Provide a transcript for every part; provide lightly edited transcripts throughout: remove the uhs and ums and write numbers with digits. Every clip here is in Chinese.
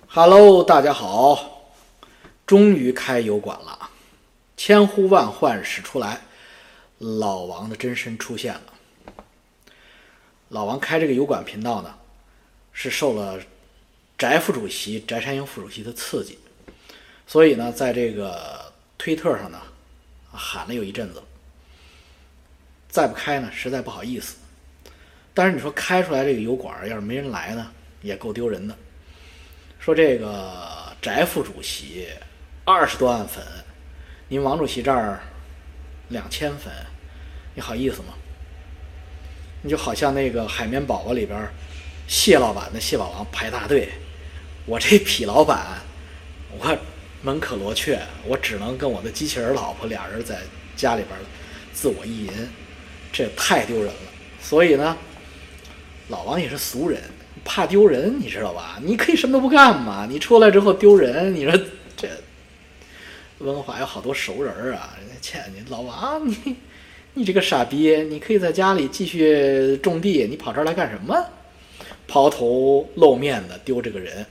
Hello，大家好，终于开油管了，千呼万唤始出来，老王的真身出现了。老王开这个油管频道呢，是受了翟副主席翟山鹰副主席的刺激，所以呢，在这个推特上呢，喊了有一阵子，再不开呢，实在不好意思。但是你说开出来这个油管，要是没人来呢，也够丢人的。说这个翟副主席20多万粉，您王主席这儿2000粉，你好意思吗？你就好像那个海绵宝宝里边蟹老板的蟹堡王排大队，我这痞老板，我门可罗雀，我只能跟我的机器人老婆俩人在家里边自我意淫，这太丢人了。所以呢，老王也是俗人，怕丢人，你知道吧？你可以什么都不干嘛，你出来之后丢人，你说这文化有好多熟人啊，人家欠你老王，你这个傻逼，你可以在家里继续种地，你跑这儿来干什么？抛头露面的丢这个人。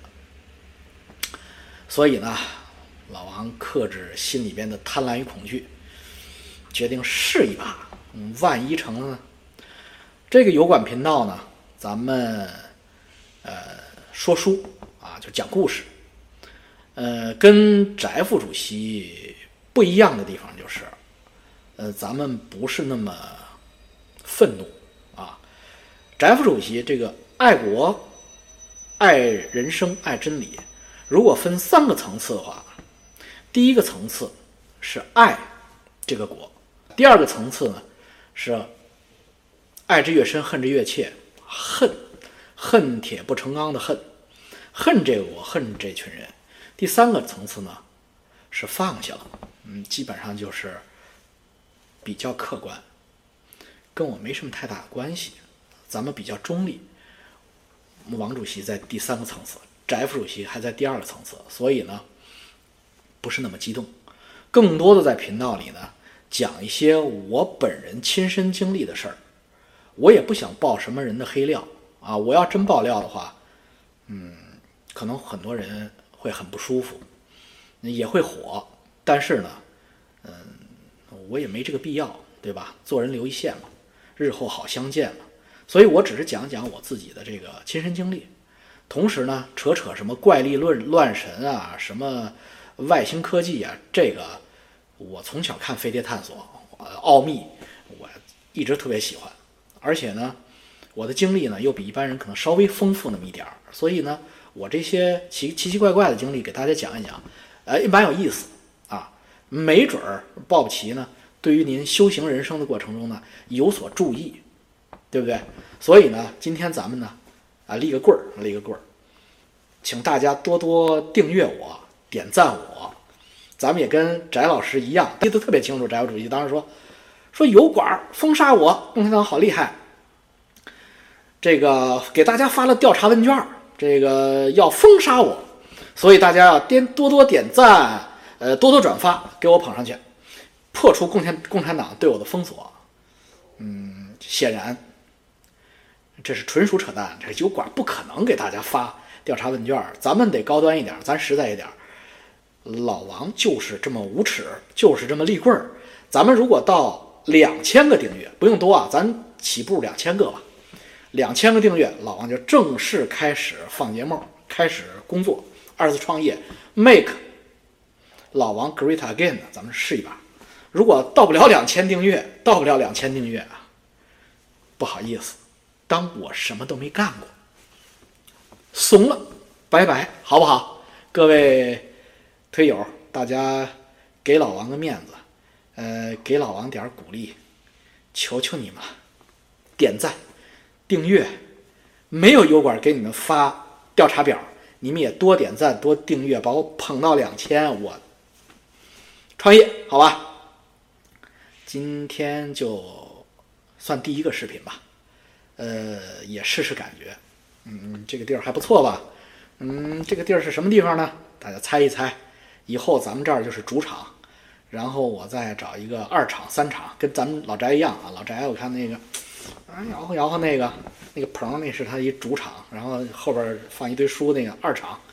所以呢，老王克制心里边的贪婪与恐惧，决定试一把，万一成了呢？这个油管频道呢，咱们说书啊，就讲故事。跟翟副主席不一样的地方就是，咱们不是那么愤怒啊。翟副主席这个爱国、爱人生、爱真理，如果分3个层次的话，第一个层次是爱这个国，第二个层次呢是爱之越深，恨之越切，恨铁不成钢的恨这个国，恨这群人。第3个层次呢是放下了，基本上就是比较客观，跟我没什么太大的关系，咱们比较中立。王主席在第3个层次，翟副主席还在第2个层次，所以呢不是那么激动，更多的在频道里呢讲一些我本人亲身经历的事儿。我也不想爆什么人的黑料啊！我要真爆料的话，可能很多人会很不舒服，也会火。但是呢，我也没这个必要，对吧？做人留一线嘛，日后好相见嘛。所以我只是讲讲我自己的这个亲身经历，同时呢，扯什么怪力乱神啊，什么外星科技啊，这个我从小看飞碟探索、奥秘，我一直特别喜欢。而且呢，我的经历呢又比一般人可能稍微丰富那么一点儿，所以呢，我这些奇奇怪怪的经历给大家讲一讲，也蛮有意思啊。没准儿抱不齐呢，对于您修行人生的过程中呢有所注意，对不对？所以呢，今天咱们呢立个棍儿，请大家多多订阅我，点赞我。咱们也跟翟老师一样，记得特别清楚，翟主席当时说油管封杀我，共产党好厉害。这个给大家发了调查问卷，这个要封杀我，所以大家要多多点赞，多多转发，给我捧上去，破除共产党对我的封锁。显然这是纯属扯淡，这油管不可能给大家发调查问卷，咱们得高端一点，咱实在一点。老王就是这么无耻，就是这么立棍儿。咱们如果到2000个订阅，不用多啊，咱起步2000个吧。2000个订阅，老王就正式开始放节目，开始工作，2次创业 ，make 老王 great again， 咱们试一把。如果到不了2000订阅啊，不好意思，当我什么都没干过，怂了，拜拜，好不好？各位推友，大家给老王个面子，给老王点鼓励，求求你们了，点赞、订阅，没有油管给你们发调查表，你们也多点赞、多订阅，把我捧到2000，我创业，好吧？今天就算第1个视频吧，也试试感觉，这个地儿还不错吧？这个地儿是什么地方呢？大家猜一猜。以后咱们这儿就是主场，然后我再找一个2场、3场，跟咱们老翟一样啊。老翟我看那个，摇晃那个棚，那是他一主场，然后后边放一堆书，那个2场。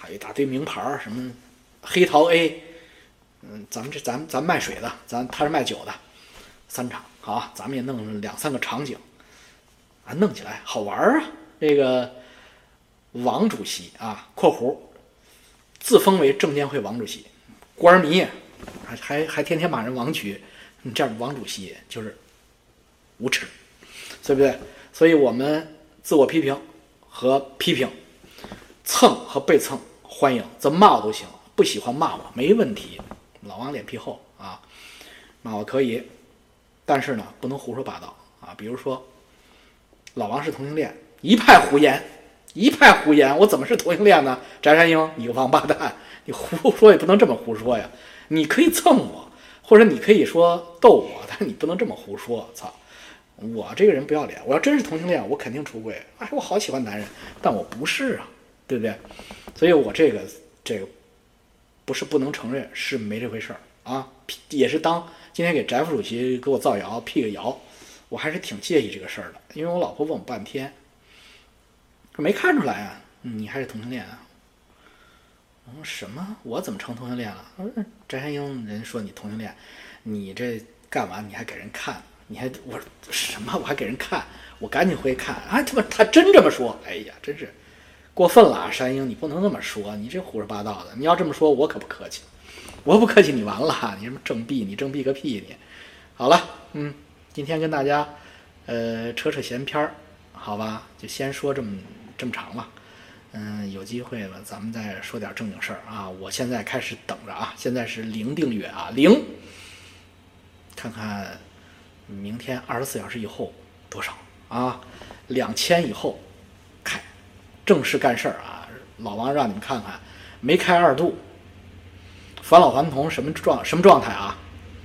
还有一大堆名牌什么黑桃 A， 咱卖水的，他是卖酒的，3场好啊，咱们也弄2、3个场景啊，弄起来好玩啊。这个王主席啊（括弧自封为证监会王主席），官迷还天天骂人王局，你这样王主席就是无耻，对不对？所以我们自我批评和批评，蹭和被蹭欢迎，怎么骂我都行，不喜欢骂我没问题。老王脸皮厚啊，骂我可以，但是呢不能胡说八道啊。比如说老王是同性恋，一派胡言，我怎么是同性恋呢？翟山鹰，你个王八蛋，你胡说也不能这么胡说呀。你可以蹭我，或者你可以说逗我，但是你不能这么胡说。操，我这个人不要脸，我要真是同性恋，我肯定出柜。哎，我好喜欢男人，但我不是啊，对不对？所以我这个不是不能承认，是没这回事儿啊。也是当今天给翟副主席给我造谣辟个谣，我还是挺介意这个事儿的，因为我老婆问我半天，没看出来啊，你还是同性恋啊？我说什么？我怎么成同性恋了？我说翟山鹰人说你同性恋，你这干嘛？你还给人看？你还我什么？我还给人看？我赶紧回去看啊！他真这么说？哎呀，真是过分了啊！山鹰，你不能那么说，你这胡说八道的。你要这么说，我可不客气，我不客气你完了，你什么正币？你正币个屁你！好了，今天跟大家扯闲篇儿，好吧？就先说这么长吧。有机会了，咱们再说点正经事儿啊！我现在开始等着啊，现在是0订阅啊，0，看看明天24小时以后多少啊？2000以后开，正式干事儿啊！老王让你们看看，没开2度，返老还童什么状态啊？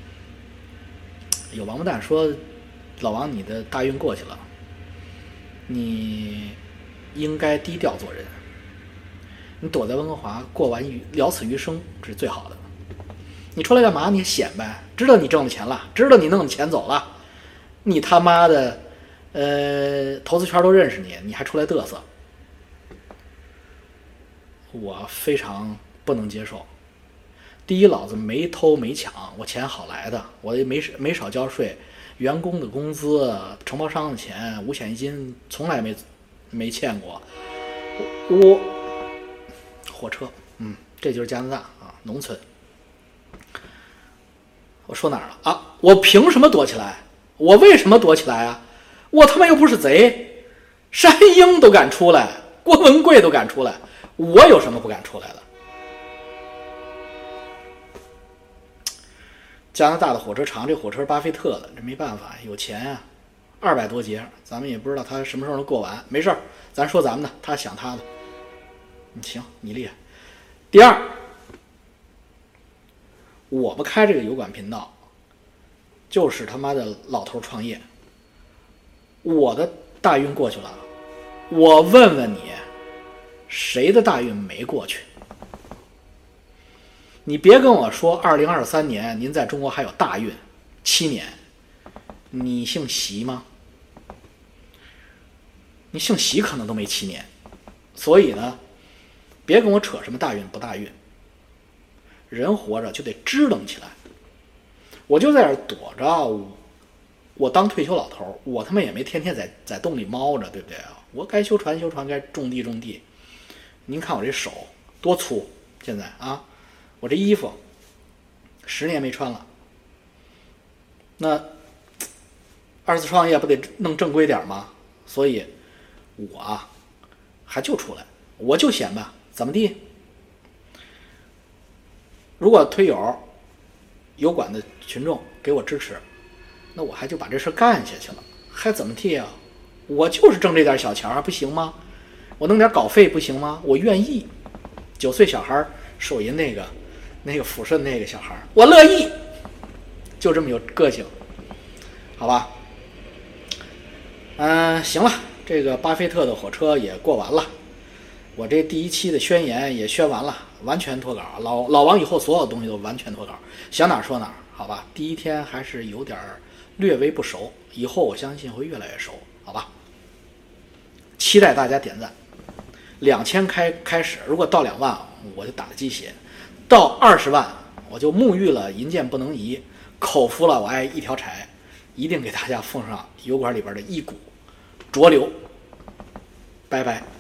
有王八蛋说，老王你的大运过去了，你应该低调做人。你躲在温哥华过完了此余生是最好的。你出来干嘛？你显摆，知道你挣的钱了，知道你弄的钱走了，你他妈的，投资圈都认识你，你还出来嘚瑟，我非常不能接受。第一，老子没偷没抢，我钱好来的，我也没少交税，员工的工资、承包商的钱、五险一金从来没欠过。我火车，这就是加拿大啊，农村。我说哪儿了啊？我凭什么躲起来？我为什么躲起来啊？我他妈又不是贼，山鹰都敢出来，郭文贵都敢出来，我有什么不敢出来的？加拿大的火车长，这火车是巴菲特的，这没办法，有钱啊，200多节，咱们也不知道他什么时候能过完。没事儿，咱说咱们的，他想他的。行，你厉害。第二，我们开这个油管频道，就是他妈的老头创业。我的大运过去了，我问问你，谁的大运没过去？你别跟我说2023年您在中国还有大运7年，你姓习吗？你姓习可能都没7年，所以呢，别跟我扯什么大运不大运，人活着就得支棱起来。我就在这儿躲着，我当退休老头，我他妈也没天天在洞里猫着，对不对啊？我该修船修船，该种地种地。您看我这手多粗，现在啊，我这衣服10年没穿了。那2次创业不得弄正规点吗？所以我啊，还就出来，我就显摆，怎么地？如果推友、油管的群众给我支持，那我还就把这事干下去了，还怎么地啊？我就是挣这点小钱，还不行吗？我弄点稿费不行吗？我愿意。9岁小孩手淫那个抚顺那个小孩，我乐意，就这么有个性，好吧？行了，这个巴菲特的火车也过完了，我这第1期的宣言也宣完了，完全脱稿。老王以后所有东西都完全脱稿，想哪儿说哪儿，好吧？第1天还是有点略微不熟，以后我相信会越来越熟，好吧？期待大家点赞。 2000开始，如果到2万，我就打了鸡血；到20万，我就沐浴了银剑不能移，口服了我爱一条柴，一定给大家奉上油管里边的一股浊流。拜拜。